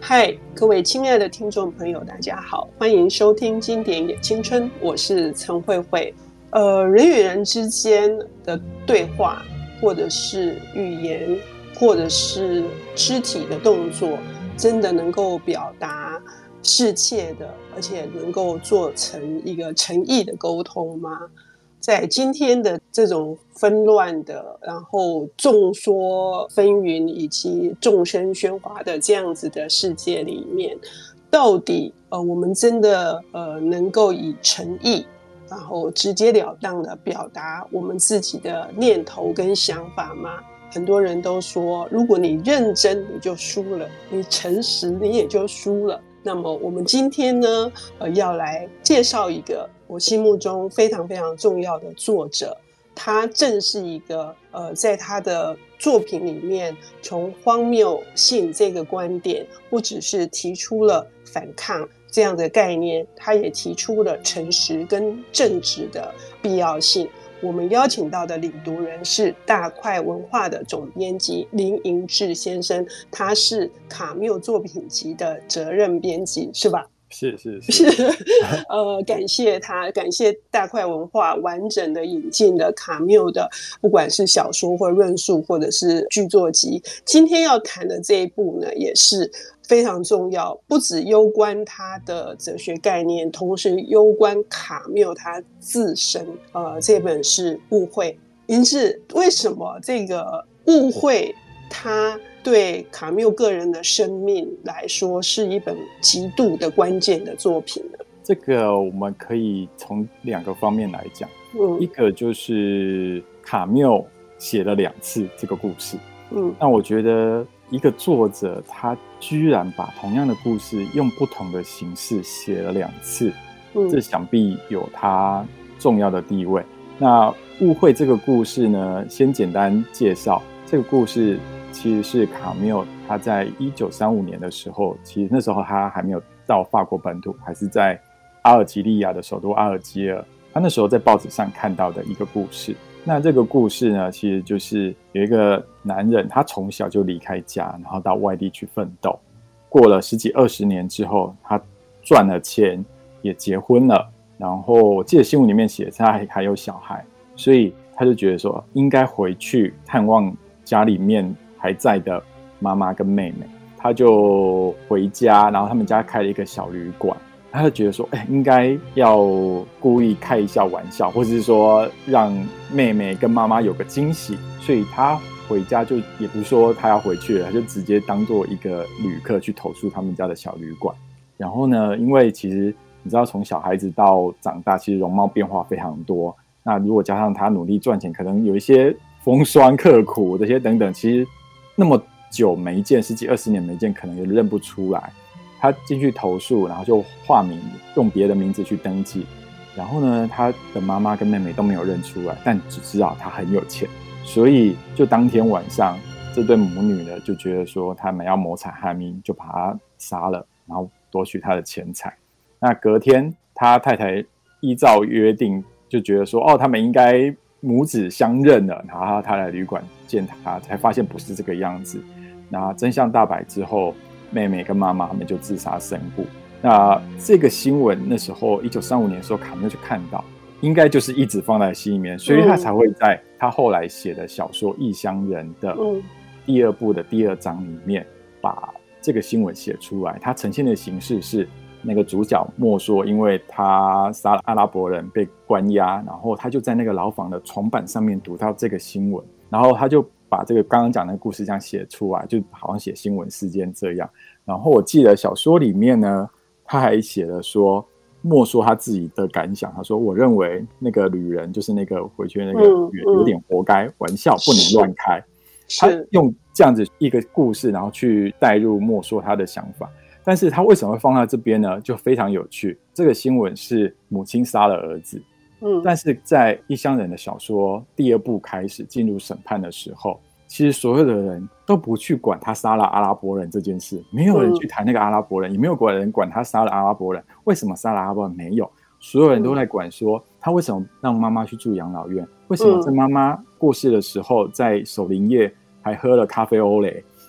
嗨，各位亲爱的听众朋友，大家好，欢迎收听经典也青春，我是陈慧慧。人与人之间的对话，或者是语言，或者是肢体的动作，真的能够表达适切的，而且能够做成一个诚意的沟通吗？在今天的这种纷乱的，然后众说纷纭以及众声喧哗的这样子的世界里面，到底我们真的能够以诚意，然后直截了当的表达我们自己的念头跟想法吗？很多人都说，如果你认真你就输了，你诚实你也就输了。那么我们今天呢，要来介绍一个我心目中非常非常重要的作者，他正是一个在他的作品里面，从荒谬性这个观点，不只是提出了反抗这样的概念，他也提出了诚实跟正直的必要性。我们邀请到的领读人是大块文化的总编辑林盈志先生，他是卡缪作品集的责任编辑，是吧？ 是感谢他，感谢大块文化完整的引进了卡缪的，不管是小说或论述，或者是剧作集。今天要谈的这一部呢，也是非常重要，不只攸关他的哲学概念，同时攸关卡缪他自身。这本是《误会》。因此，为什么这个《误会》它对卡缪个人的生命来说是一本极度的关键的作品呢？ 这个我们可以从两个方面来讲。一个就是卡缪写了2次这个故事。那我觉得一个作者他居然把同样的故事用不同的形式写了2次，这想必有他重要的地位。那误会这个故事呢，先简单介绍。这个故事其实是卡缪他在1935年的时候，其实那时候他还没有到法国本土，还是在阿尔及利亚的首都阿尔及尔，他那时候在报纸上看到的一个故事。那这个故事呢，其实就是有一个男人，他从小就离开家，然后到外地去奋斗，过了10几20年之后，他赚了钱，也结婚了，然后我记得新闻里面写他还有小孩，所以他就觉得说应该回去探望家里面还在的妈妈跟妹妹。他就回家，然后他们家开了一个小旅馆，他就觉得说应该要故意开一下玩笑，或者是说让妹妹跟妈妈有个惊喜，所以他回家就也不是说他要回去了，他就直接当做一个旅客去投诉他们家的小旅馆。然后呢，因为其实你知道从小孩子到长大，其实容貌变化非常多，那如果加上他努力赚钱，可能有一些风霜刻苦这些等等，其实那么久没见，10几20年没见，可能也认不出来。他进去投诉，然后就化名，用别的名字去登记。然后呢，他的妈妈跟妹妹都没有认出来，但只知道他很有钱，所以就当天晚上，这对母女呢就觉得说他们要谋财害命，就把他杀了，然后夺取他的钱财。那隔天，他太太依照约定就觉得说，他们应该母子相认了，然后他来旅馆见他，才发现不是这个样子。那真相大白之后，妹妹跟妈妈他们就自杀身故。那这个新闻那时候1935年的时候，卡缪就看到，应该就是一直放在心里面，所以他才会在他后来写的小说《异乡人》的第2部的第2章里面把这个新闻写出来。他呈现的形式是那个主角莫说，因为他杀了阿拉伯人被关押，然后他就在那个牢房的床板上面读到这个新闻，然后他就把这个刚刚讲的故事这样写出来，就好像写新闻事件这样。然后我记得小说里面呢，他还写了说，莫说他自己的感想，他说我认为那个旅人就是那个回去的那个旅人有点活该，玩笑不能乱开。他用这样子一个故事，然后去带入莫说他的想法。但是他为什么会放在这边呢？就非常有趣。这个新闻是母亲杀了儿子，但是在异乡人的小说第2部开始进入审判的时候，其实所有的人都不去管他杀了阿拉伯人这件事，没有人去谈那个阿拉伯人，也没有人管他杀了阿拉伯人，为什么杀了阿拉伯人？没有，所有人都在管说他为什么让妈妈去住养老院，为什么在妈妈过世的时候在守灵夜还喝了咖啡欧蕾，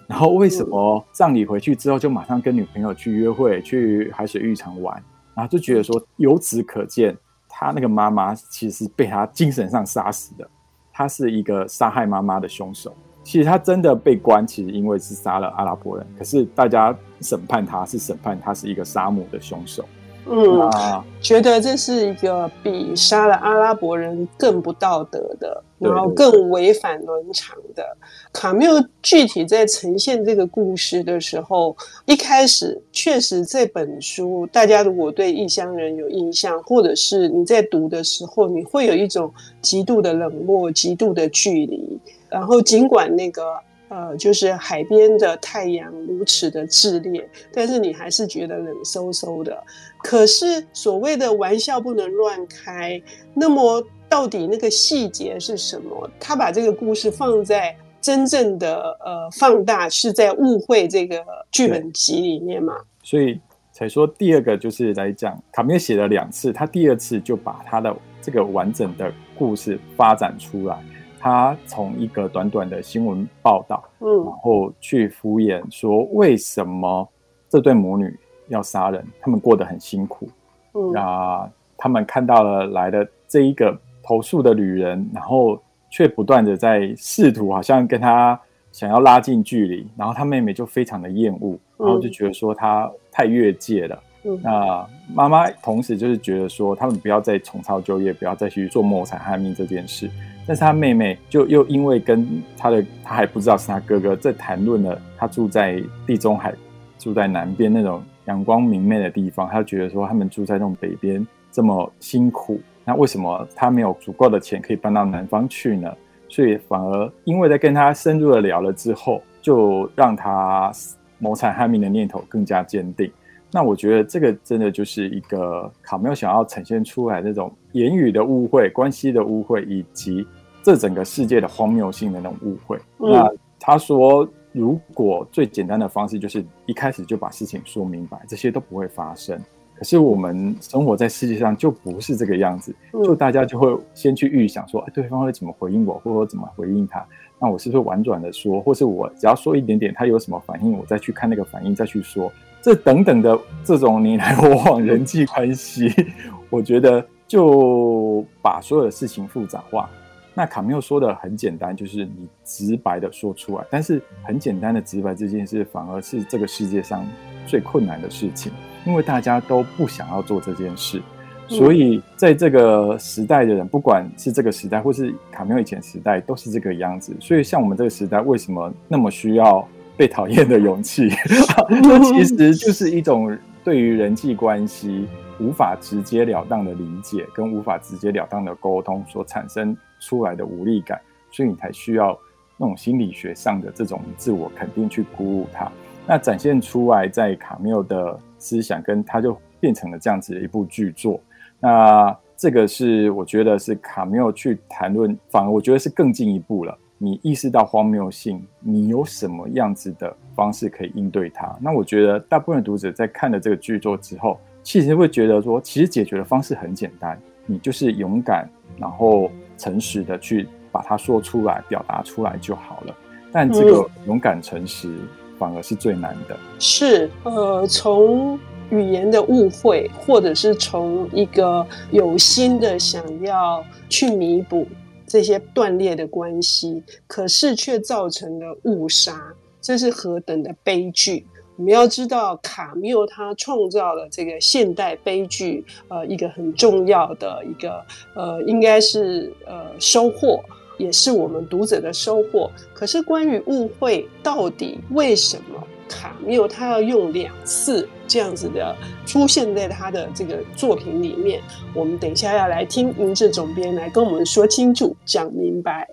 然后为什么葬礼回去之后就马上跟女朋友去约会，去海水浴场玩，然后就觉得说由此可见他那个妈妈其实是被他精神上杀死的，他是一个杀害妈妈的凶手。其实他真的被关，其实因为是杀了阿拉伯人，可是大家审判他是一个杀母的凶手。 觉得这是一个比杀了阿拉伯人更不道德的，然后更违反伦常的。卡缪具体在呈现这个故事的时候，一开始确实这本书大家如果对异乡人有印象，或者是你在读的时候，你会有一种极度的冷漠，极度的距离，然后尽管那个就是海边的太阳如此的炽烈，但是你还是觉得冷飕飕的。可是所谓的玩笑不能乱开，那么到底那个细节是什么？他把这个故事放在真正的放大，是在误会这个剧本集里面嘛？ 所以才说第二个就是来讲，卡缪写了2次，他第2次就把他的这个完整的故事发展出来。他从一个短短的新闻报道，然后去敷衍说为什么这对母女要杀人，他们过得很辛苦，他们看到了来的这一个投诉的旅人，然后却不断的在试图好像跟他想要拉近距离，然后他妹妹就非常的厌恶，然后就觉得说他太越界了。那妈妈同时就是觉得说他们不要再重操旧业，不要再去做谋财害命这件事。但是他妹妹就又因为跟他还不知道是他哥哥，在谈论了他住在地中海，住在南边那种阳光明媚的地方，他觉得说他们住在那种北边这么辛苦，那为什么他没有足够的钱可以搬到南方去呢？所以反而因为在跟他深入的聊了之后，就让他谋财害命的念头更加坚定。那我觉得这个真的就是一个卡缪想要呈现出来那种言语的误会、关系的误会，以及这整个世界的荒谬性的那种误会。那他说如果最简单的方式就是一开始就把事情说明白，这些都不会发生。可是我们生活在世界上就不是这个样子，就大家就会先去预想说对方会怎么回应我，或者我怎么回应他，那我是不是婉转的说，或是我只要说一点点他有什么反应，我再去看那个反应再去说，这等等的这种你来我往人际关系我觉得就把所有的事情复杂化。那卡缪说的很简单，就是你直白的说出来，但是很简单的直白这件事反而是这个世界上最困难的事情，因为大家都不想要做这件事。所以在这个时代的人，不管是这个时代或是卡缪以前时代，都是这个样子。所以像我们这个时代为什么那么需要被讨厌的勇气这其实就是一种对于人际关系无法直截了当的理解跟无法直截了当的沟通所产生出来的无力感，所以你才需要那种心理学上的这种自我肯定去鼓舞他。那展现出来在卡缪的思想，跟他就变成了这样子的一部剧作。那这个是我觉得是卡缪去谈论，反而我觉得是更进一步了。你意识到荒谬性，你有什么样子的方式可以应对它？那我觉得大部分的读者在看了这个剧作之后，其实会觉得说，其实解决的方式很简单，你就是勇敢，然后诚实的去把它说出来，表达出来就好了。但这个勇敢诚实反而是最难的。 是从语言的误会，或者是从一个有心的想要去弥补这些断裂的关系，可是却造成了误杀，这是何等的悲剧。我们要知道卡缪他创造了这个现代悲剧一个很重要的一个应该是收获，也是我们读者的收获。可是关于误会，到底为什么卡缪他要用2次这样子的出现在他的这个作品里面？我们等一下要来听明志总编来跟我们说清楚讲明白。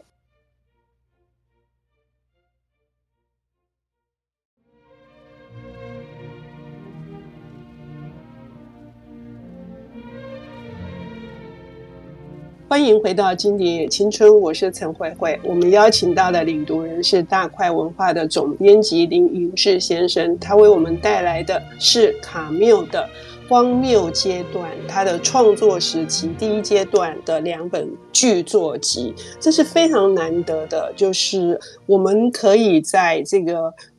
欢迎回到经典也青春，我是陈慧慧。我们邀请到的领读人是大块文化的总编辑林云志先生，他为我们带来的是卡缪的荒谬阶段，他的创作时期第1阶段的2本剧作集。这是非常难得的，就是我们可以在这个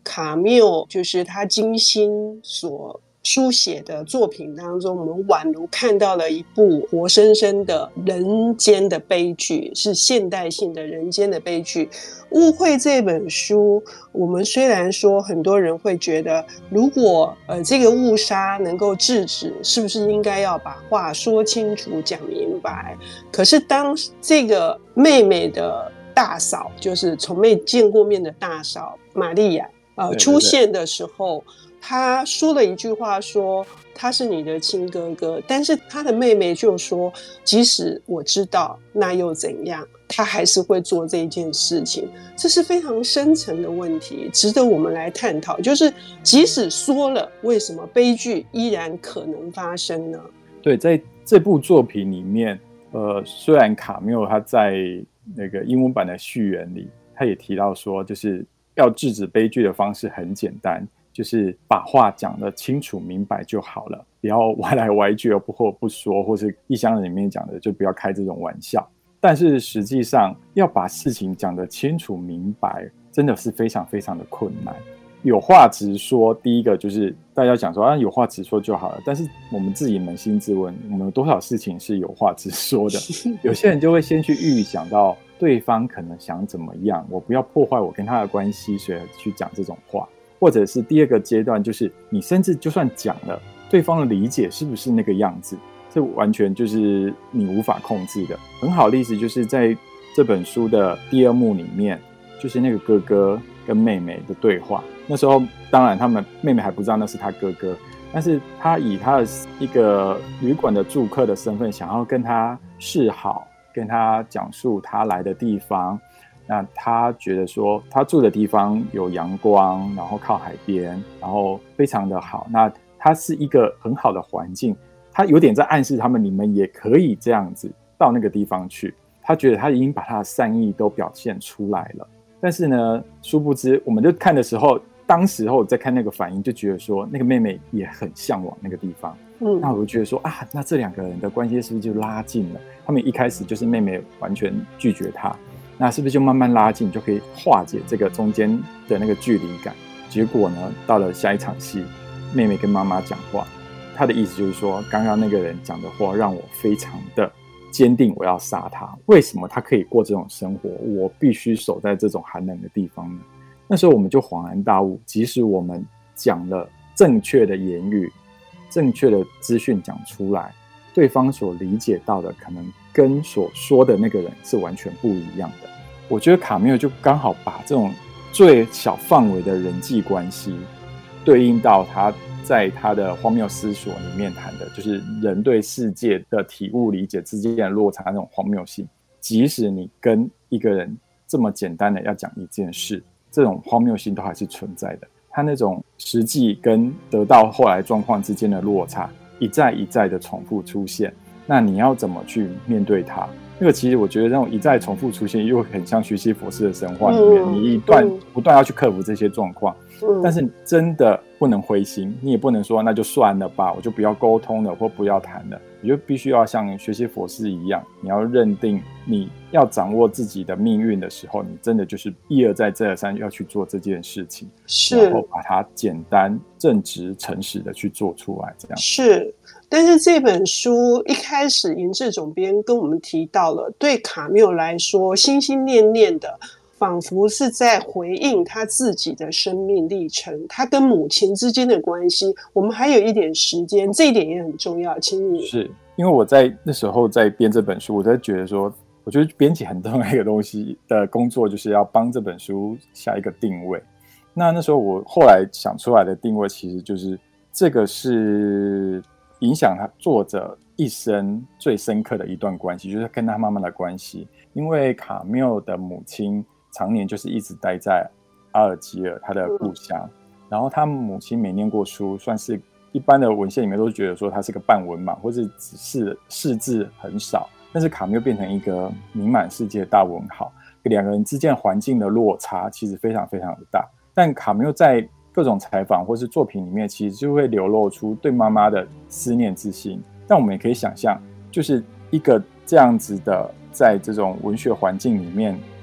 卡缪就是他精心所书写的作品当中，我们宛如看到了一部活生生的人间的悲剧，是现代性的人间的悲剧。误会这本书，我们虽然说很多人会觉得，如果这个误杀能够制止，是不是应该要把话说清楚讲明白？可是当这个妹妹的大嫂，就是从没见过面的大嫂玛利亚出现的时候，他说了一句话说他是你的亲哥哥，但是他的妹妹就说即使我知道那又怎样，他还是会做这件事情。这是非常深层的问题，值得我们来探讨，就是即使说了，为什么悲剧依然可能发生呢？ 对，在这部作品里面虽然卡缪他在那个英文版的序言里他也提到说，就是要制止悲剧的方式很简单，就是把话讲得清楚明白就好了，不要歪来歪去或不说，或是异乡人里面讲的就不要开这种玩笑。但是实际上要把事情讲得清楚明白真的是非常非常的困难。有话直说，第一个就是大家讲说有话直说就好了，但是我们自己扪心自问，我们有多少事情是有话直说的？有些人就会先去预想到对方可能想怎么样，我不要破坏我跟他的关系，所以去讲这种话。或者是第二个阶段，就是你甚至就算讲了，对方的理解是不是那个样子，这完全就是你无法控制的。很好的例子就是在这本书的第二幕里面，就是那个哥哥跟妹妹的对话。那时候当然他们妹妹还不知道那是他哥哥，但是他以他的一个旅馆的住客的身份，想要跟他示好，跟他讲述他来的地方。那他觉得说他住的地方有阳光，然后靠海边，然后非常的好，那他是一个很好的环境，他有点在暗示他们，你们也可以这样子到那个地方去。他觉得他已经把他的善意都表现出来了，但是呢，殊不知我们就看的时候，当时候在看那个反应，就觉得说那个妹妹也很向往那个地方。那我就觉得说那这两个人的关系是不是就拉近了？他们一开始就是妹妹完全拒绝他，那是不是就慢慢拉近，就可以化解这个中间的那个距离感？结果呢，到了下一场戏，妹妹跟妈妈讲话，她的意思就是说，刚刚那个人讲的话让我非常的坚定，我要杀他。为什么他可以过这种生活，我必须守在这种寒冷的地方呢？那时候我们就恍然大悟，即使我们讲了正确的言语，正确的资讯讲出来，对方所理解到的可能跟所说的那个人是完全不一样的。我觉得卡缪就刚好把这种最小范围的人际关系对应到他在他的荒谬思索里面谈的，就是人对世界的体悟理解之间的落差，那种荒谬性。即使你跟一个人这么简单的要讲一件事，这种荒谬性都还是存在的。他那种实际跟得到后来状况之间的落差一再一再的重复出现，那你要怎么去面对它？那个其实我觉得那种一再重复出现又很像徐西佛斯的神话里面，你不断要去克服这些状况，但是真的不能灰心，你也不能说那就算了吧，我就不要沟通了或不要谈了，你就必须要像学习佛斯一样，你要认定你要掌握自己的命运的时候，你真的就是一而再再而三要去做这件事情，然后把它简单正直诚实的去做出来，这样是。但是这本书一开始银智总编跟我们提到了，对卡缪来说心心念念的仿佛是在回应他自己的生命历程，他跟母亲之间的关系。我们还有一点时间，这一点也很重要，请你。 是因为我在那时候在编这本书，我在觉得说，我觉得编辑很重要一个东西的工作就是要帮这本书下一个定位。那时候我后来想出来的定位其实就是这个是影响他作者一生最深刻的一段关系，就是跟他妈妈的关系。因为卡缪的母亲常年就是一直待在阿尔及尔他的故乡，然后他母亲没念过书，算是一般的文献里面都觉得说他是个半文盲，或是只是识字很少，但是卡缪变成一个名满世界的大文豪，两个人之间环境的落差其实非常非常的大。但卡缪在各种采访或是作品里面其实就会流露出对妈妈的思念之心，但我们也可以想象，就是一个这样子的在这种文学环境里面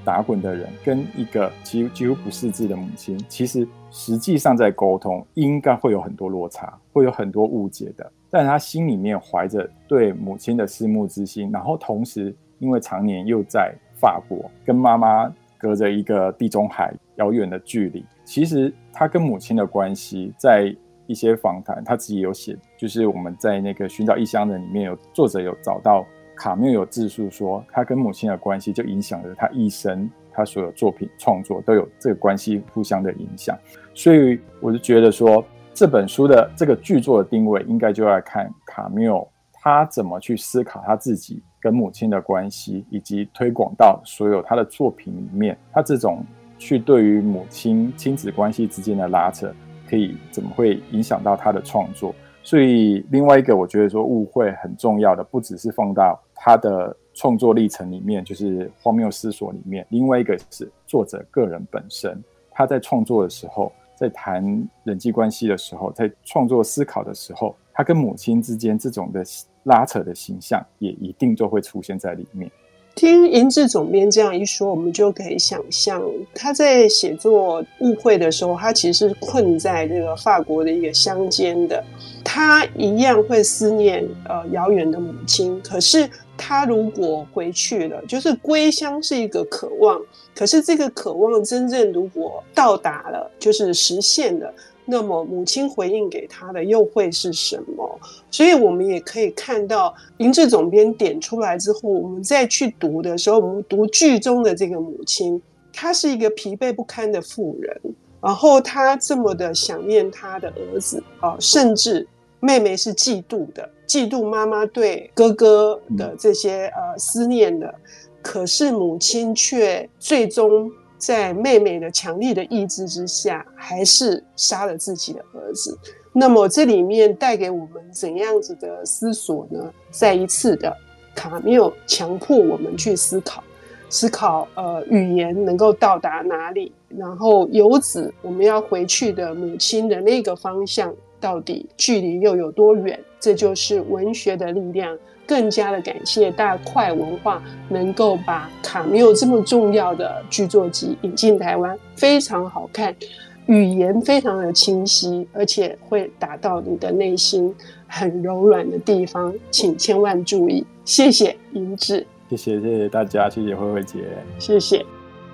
打滚的人跟一个几乎不识字的母亲，其实实际上在沟通应该会有很多落差，会有很多误解的，但他心里面怀着对母亲的思慕之心，然后同时因为常年又在法国，跟妈妈隔着一个地中海遥远的距离，其实他跟母亲的关系，在一些访谈他自己有写，就是我们在那个寻找异乡人里面作者有找到卡缪有自述说，他跟母亲的关系就影响了他一生，他所有作品创作都有这个关系互相的影响。所以我就觉得说，这本书的这个剧作的定位应该就要看卡缪他怎么去思考他自己跟母亲的关系，以及推广到所有他的作品里面，他这种去对于母亲亲子关系之间的拉扯可以怎么会影响到他的创作。所以另外一个我觉得说误会很重要的，不只是放到他的创作历程里面，就是荒谬思索里面，另外一个是作者个人本身，他在创作的时候，在谈人际关系的时候，在创作思考的时候，他跟母亲之间这种的拉扯的形象也一定就会出现在里面。 听银智总编这样一说，我们就可以想象他在写作误会的时候，他其实是困在这个法国的一个乡间的，他一样会思念遥远的母亲，可是他如果回去了，就是归乡是一个渴望，可是这个渴望真正如果到达了，就是实现了，那么母亲回应给他的又会是什么？所以我们也可以看到银智总编点出来之后，我们再去读的时候，我们读剧中的这个母亲，她是一个疲惫不堪的妇人，然后她这么的想念她的儿子，甚至妹妹是嫉妒的，嫉妒妈妈对哥哥的这些思念的，可是母亲却最终在妹妹的强力的意志之下，还是杀了自己的儿子。那么这里面带给我们怎样子的思索呢？再一次的，卡缪强迫我们去思考语言能够到达哪里，然后游子我们要回去的母亲的那个方向到底距离又有多远？这就是文学的力量。更加的感谢大块文化能够把卡缪这么重要的剧作集引进台湾，非常好看，语言非常的清晰，而且会打到你的内心很柔软的地方，请千万注意。谢谢银智， 谢谢大家，谢谢慧慧姐， 谢谢。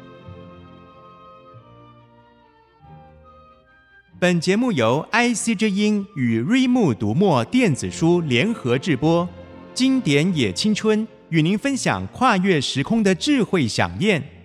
本节目由 IC 之音与瑞木读墨电子书联合制播，经典也青春与您分享跨越时空的智慧饗宴。